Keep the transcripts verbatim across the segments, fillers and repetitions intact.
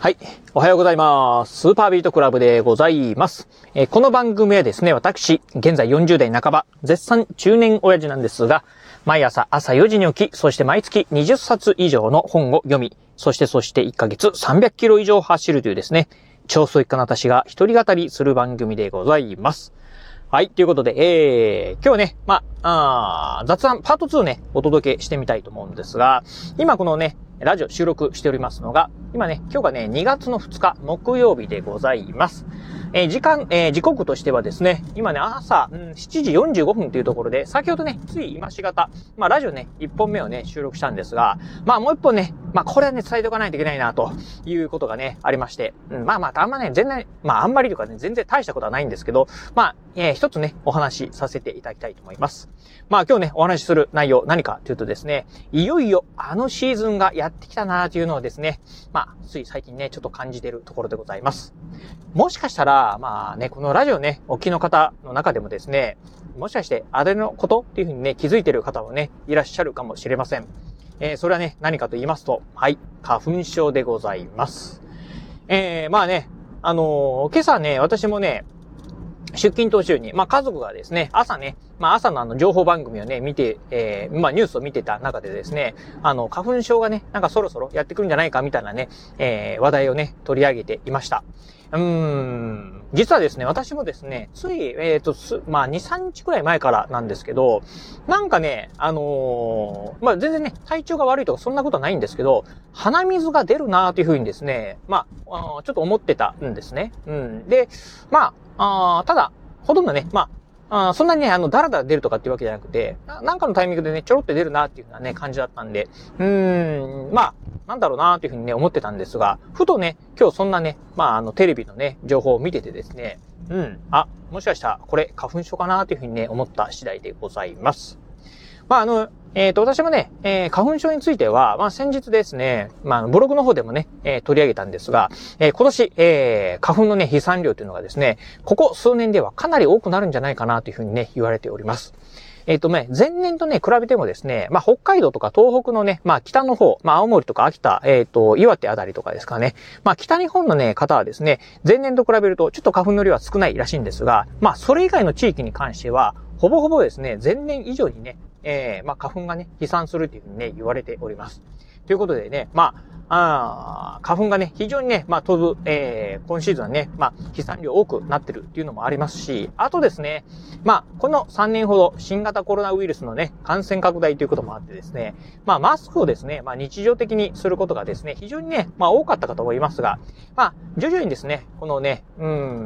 はい。おはようございます。スーパービートクラブでございます。えー、この番組はですね、私、現在よんじゅう代半ば、絶賛中年親父なんですが、毎朝朝よじに起き、そして毎月にじゅっさつ以上の本を読み、そしてそしていっかげつさんびゃくキロ以上走るというですね、超ストイックな私が一人語りする番組でございます。はい。ということで、えー、今日はね、まあ、あ雑談パートツーね、お届けしてみたいと思うんですが、今このね、ラジオ収録しておりますのが、今ね、今日がね、にがつのふつか木曜日でございます。えー、時間、えー、時刻としてはですね、今ね、朝、うん、しちじよんじゅうごふんというところで、先ほどね、つい今しがた、まあ、ラジオね、いっぽんめをね、収録したんですが、まあ、もういっぽんね、まあ、これはね、伝えておかないといけないな、ということがね、ありまして、うん、まあまあ、あんまね、全然、まあ、あんまりというかね、全然大したことはないんですけど、まあ、えー、一つね、お話しさせていただきたいと思います。まあ、今日ね、お話しする内容、何かというとですね、いよいよ、あのシーズンがやってきたな、というのをですね、まあ、つい最近ね、ちょっと感じているところでございます。もしかしたら、まあね、このラジオね、お聞きの方の中でもですね、もしかして、あれのことっていうふうにね、気づいている方もね、いらっしゃるかもしれません。えー、それはね、何かと言いますと、はい、花粉症でございます。えー、まあね、あのー、今朝ね、私もね、出勤途中に、まあ家族がですね、朝ね、まあ朝のあの情報番組をね、見て、えー、まあニュースを見てた中でですね、あの、花粉症がね、なんかそろそろやってくるんじゃないかみたいなね、えー、話題をね、取り上げていました。うーん、実はですね、私もですね、つい、えっと、まあに、さんにちくらい前からなんですけど、なんかね、あのー、まあ全然ね、体調が悪いとかそんなことはないんですけど、鼻水が出るなーというふうにですね、まあ、あちょっと思ってたんですね。うん。で、まあ、あただ、ほとんどね、まあ、あそんなにね、あの、だらだら出るとかっていうわけじゃなくてな、なんかのタイミングでね、ちょろって出るなっていうようなね、感じだったんで、うーん、まあ、なんだろうなっていうふうにね、思ってたんですが、ふとね、今日そんなね、まあ、あの、テレビのね、情報を見ててですね、うん、あ、もしかしたら、これ、花粉症かなというふうにね、思った次第でございます。まあ、あの、えっと、私もね、えー、花粉症については、まあ、先日ですね、まあ、ブログの方でもね、えー、取り上げたんですが、えー、今年、えー、花粉のね、飛散量というのがですね、ここ数年ではかなり多くなるんじゃないかなというふうにね、言われております。えっとね、前年とね、比べてもですね、まあ、北海道とか東北のね、まあ、北の方、まあ、青森とか秋田、えっと、岩手あたりとかですかね。まあ、北日本のね、方はですね、前年と比べるとちょっと花粉の量は少ないらしいんですが、まあ、それ以外の地域に関しては、ほぼほぼですね、前年以上にね、えー、まあ、花粉がね、飛散するというふうにね、言われております。ということでね、まあ、あ花粉がね、非常にね、まあ、飛ぶ、えー、今シーズンはね、まあ、飛散量多くなってるっていうのもありますし、あとですね、まあ、このさんねんほど新型コロナウイルスのね、感染拡大ということもあってですね、まあ、マスクをですね、まあ、日常的にすることがですね、非常にね、まあ、多かったかと思いますが、まあ、徐々にですね、このね、うん、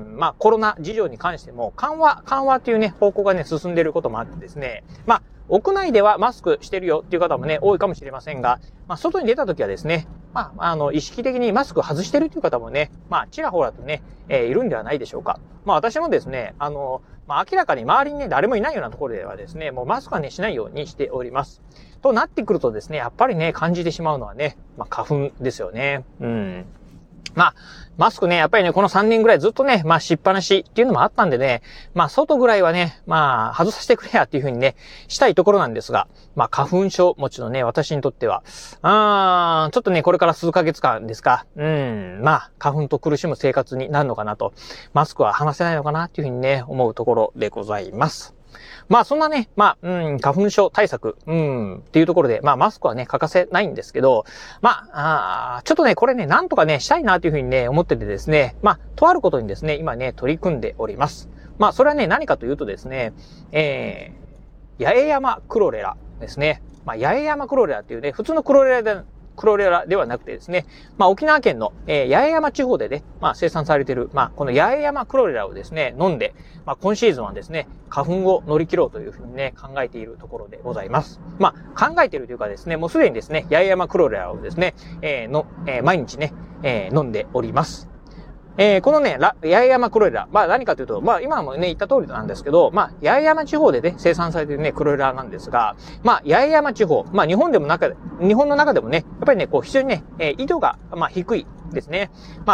まあ、コロナ事情に関しても、緩和、緩和というね、方向がね、進んでいることもあってですね、まあ、屋内ではマスクしてるよっていう方もね、多いかもしれませんが、まあ、外に出た時はですね、まあ、あの、意識的にマスク外してるっていう方もね、まあ、ちらほらとね、えー、いるんではないでしょうか。まあ、私もですね、あの、まあ、明らかに周りにね、誰もいないようなところではですね、もうマスクはね、しないようにしております。となってくるとですね、やっぱりね、感じてしまうのはね、まあ、花粉ですよね。うん。まあ、マスクね、やっぱりね、このさんねんぐらいずっとね、まあ、しっぱなしっていうのもあったんでね、まあ、外ぐらいはね、まあ、外させてくれやっていう風にね、したいところなんですが、まあ、花粉症持ちのね、私にとっては、あー、ちょっとね、これから数ヶ月間ですか、うん、まあ、花粉と苦しむ生活になるのかなと、マスクは離せないのかなっていう風にね、思うところでございます。まあそんなね、まあ、うん、花粉症対策、うん、っていうところで、まあマスクはね、欠かせないんですけど、まあ、あちょっとね、これね、なんとかね、したいなというふうにね、思っててですね、まあ、とあることにですね、今ね、取り組んでおります。まあ、それはね、何かというとですね、えー、八重山クロレラですね。まあ、八重山クロレラっていうね、普通のクロレラで、クロレラではなくてですね、まあ沖縄県の、えー、八重山地方でね、まあ生産されている、まあこの八重山クロレラをですね、飲んで、まあ今シーズンはですね、花粉を乗り切ろうというふうにね、考えているところでございます。まあ考えているというかですね、もうすでにですね、八重山クロレラをですね、えー、の、えー、毎日ね、えー、飲んでおります。えー、このね、八重山クロレラ。まあ何かというと、まあ今もね、言った通りなんですけど、まあ八重山地方でね、生産されているね、クロレラなんですが、まあ八重山地方、まあ日本でも中で、日本の中でもね、やっぱりね、こう非常にね、えー、緯度が、まあ低いですね。まあ、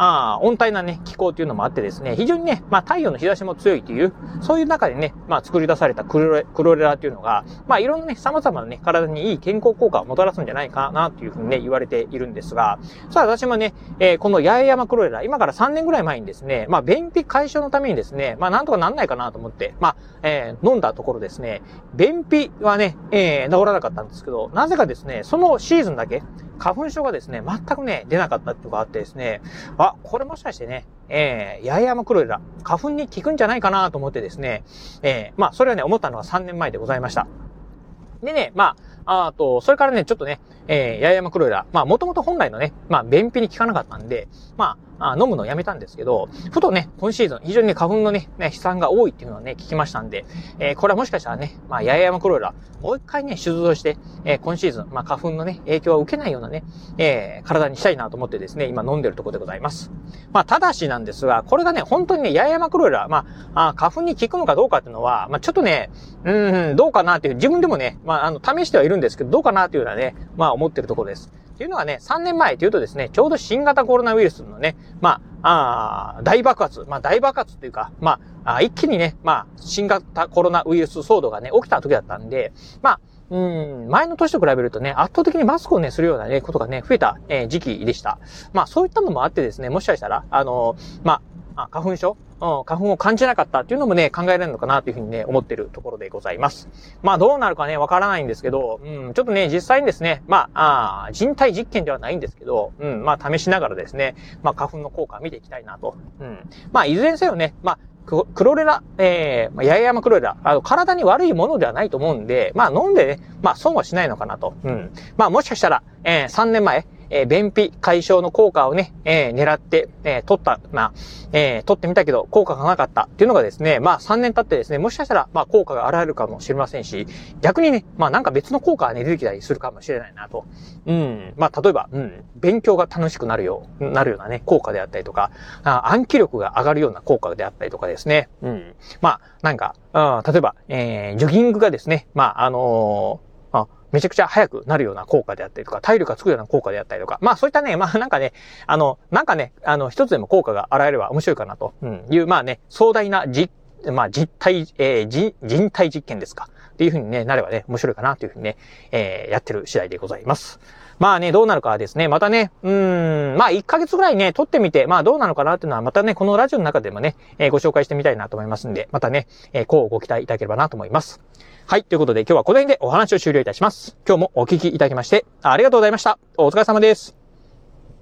あ温帯なね、気候っていうのもあってですね、非常にね、まあ太陽の日差しも強いという、そういう中でね、まあ作り出されたクロレ、クロレラっていうのが、まあいろんなね、様々なね、体にいい健康効果をもたらすんじゃないかなというふうにね、言われているんですが、さあ私もね、えー、この八重山クロレラ、今からさんねんぐらい前にですね、まあ便秘解消のためにですね、まあなんとかなんないかなと思って、まあ、えー、飲んだところですね、便秘はね、えー、治らなかったんですけど、なぜかですね、そのシーズンだけ、花粉症がですね、全くね、出なかったっていうのがあってですね、あ、これもしかしてね、えー、八重山クロレラ、花粉に効くんじゃないかなと思ってですね、えー、まあ、それはね、思ったのがさんねんまえでございました。でね、まあ、あと、それからね、ちょっとね、えー、八重山クロレラ、まあ、もともと本来のね、まあ、便秘に効かなかったんで、まあ、あ飲むのをやめたんですけど、ふとね、今シーズン、非常にね、花粉のね、飛散が多いっていうのをね、聞きましたんで、えー、これはもしかしたらね、まあ、八重山クロレラ、もう一回ね、手術をして、えー、今シーズン、まあ、花粉のね、影響を受けないようなね、えー、体にしたいなと思ってですね、今飲んでるところでございます。まあ、ただしなんですが、これがね、本当にね、八重山クロレラ、まあ、あ花粉に効くのかどうかっていうのは、まあ、ちょっとね、うん、どうかなっていう、自分でもね、まあ、あの、試してはいるんですけど、どうかなっていうのはね、まあ、思ってるところです。っていうのはね、さんねんまえというとですね、ちょうど新型コロナウイルスのね、まあ、あ大爆発、まあ大爆発っていうか、まあ、あ一気にね、まあ、新型コロナウイルス騒動がね、起きた時だったんで、まあ、うん、前の年と比べるとね、圧倒的にマスクをね、するようなね、ことがね、増えた、えー、時期でした。まあ、そういったのもあってですね、もしかしたら、あのー、まあ、あ花粉症うん、花粉を感じなかったっていうのもね、考えられるのかなというふうにね、思ってるところでございます。まあ、どうなるかね、わからないんですけど、うん、ちょっとね、実際にですね、まあ、あ人体実験ではないんですけど、うん、まあ、試しながらですね、まあ、花粉の効果を見ていきたいなと。うん。まあ、いずれにせよね、まあ、クロレラ、えー、八重山クロレラ、あの、体に悪いものではないと思うんで、まあ、飲んでね、まあ、損はしないのかなと。うん。まあ、もしかしたら、えー、さんねんまえ、えー、便秘解消の効果をね、えー、狙って、えー、取った、まあ、えー、取ってみたけど、効果がなかったっていうのがですね、まあ、さんねん経ってですね、もしかしたら、まあ、効果が現れるかもしれませんし、逆にね、まあ、なんか別の効果がね、出てきたりするかもしれないなと。うん。まあ、例えば、うん、勉強が楽しくなるよう、なるようなね、効果であったりとか、あ暗記力が上がるような効果であったりとかですね。うん。まあ、なんか、うん、例えば、えー、ジョギングがですね、まあ、あのーあめちゃくちゃ速くなるような効果であったりとか、体力がつくような効果であったりとか、まあそういったね、まあなんかね、あの、なんかね、あの、一つでも効果が現れれば面白いかなという、まあね、壮大な実、まあ実体、えー、人、人体実験ですか。っていう風にね、なればね、面白いかなという風にね、えー、やってる次第でございます。まあね、どうなるかはですね、またね、うーん、まあいっかげつぐらいね、撮ってみて、まあどうなのかなっていうのはまたね、このラジオの中でもね、えー、ご紹介してみたいなと思いますんで、またね、えー、こうご期待いただければなと思います。はい。ということで今日はこの辺でお話を終了いたします。今日もお聞きいただきましてありがとうございました。お疲れ様です。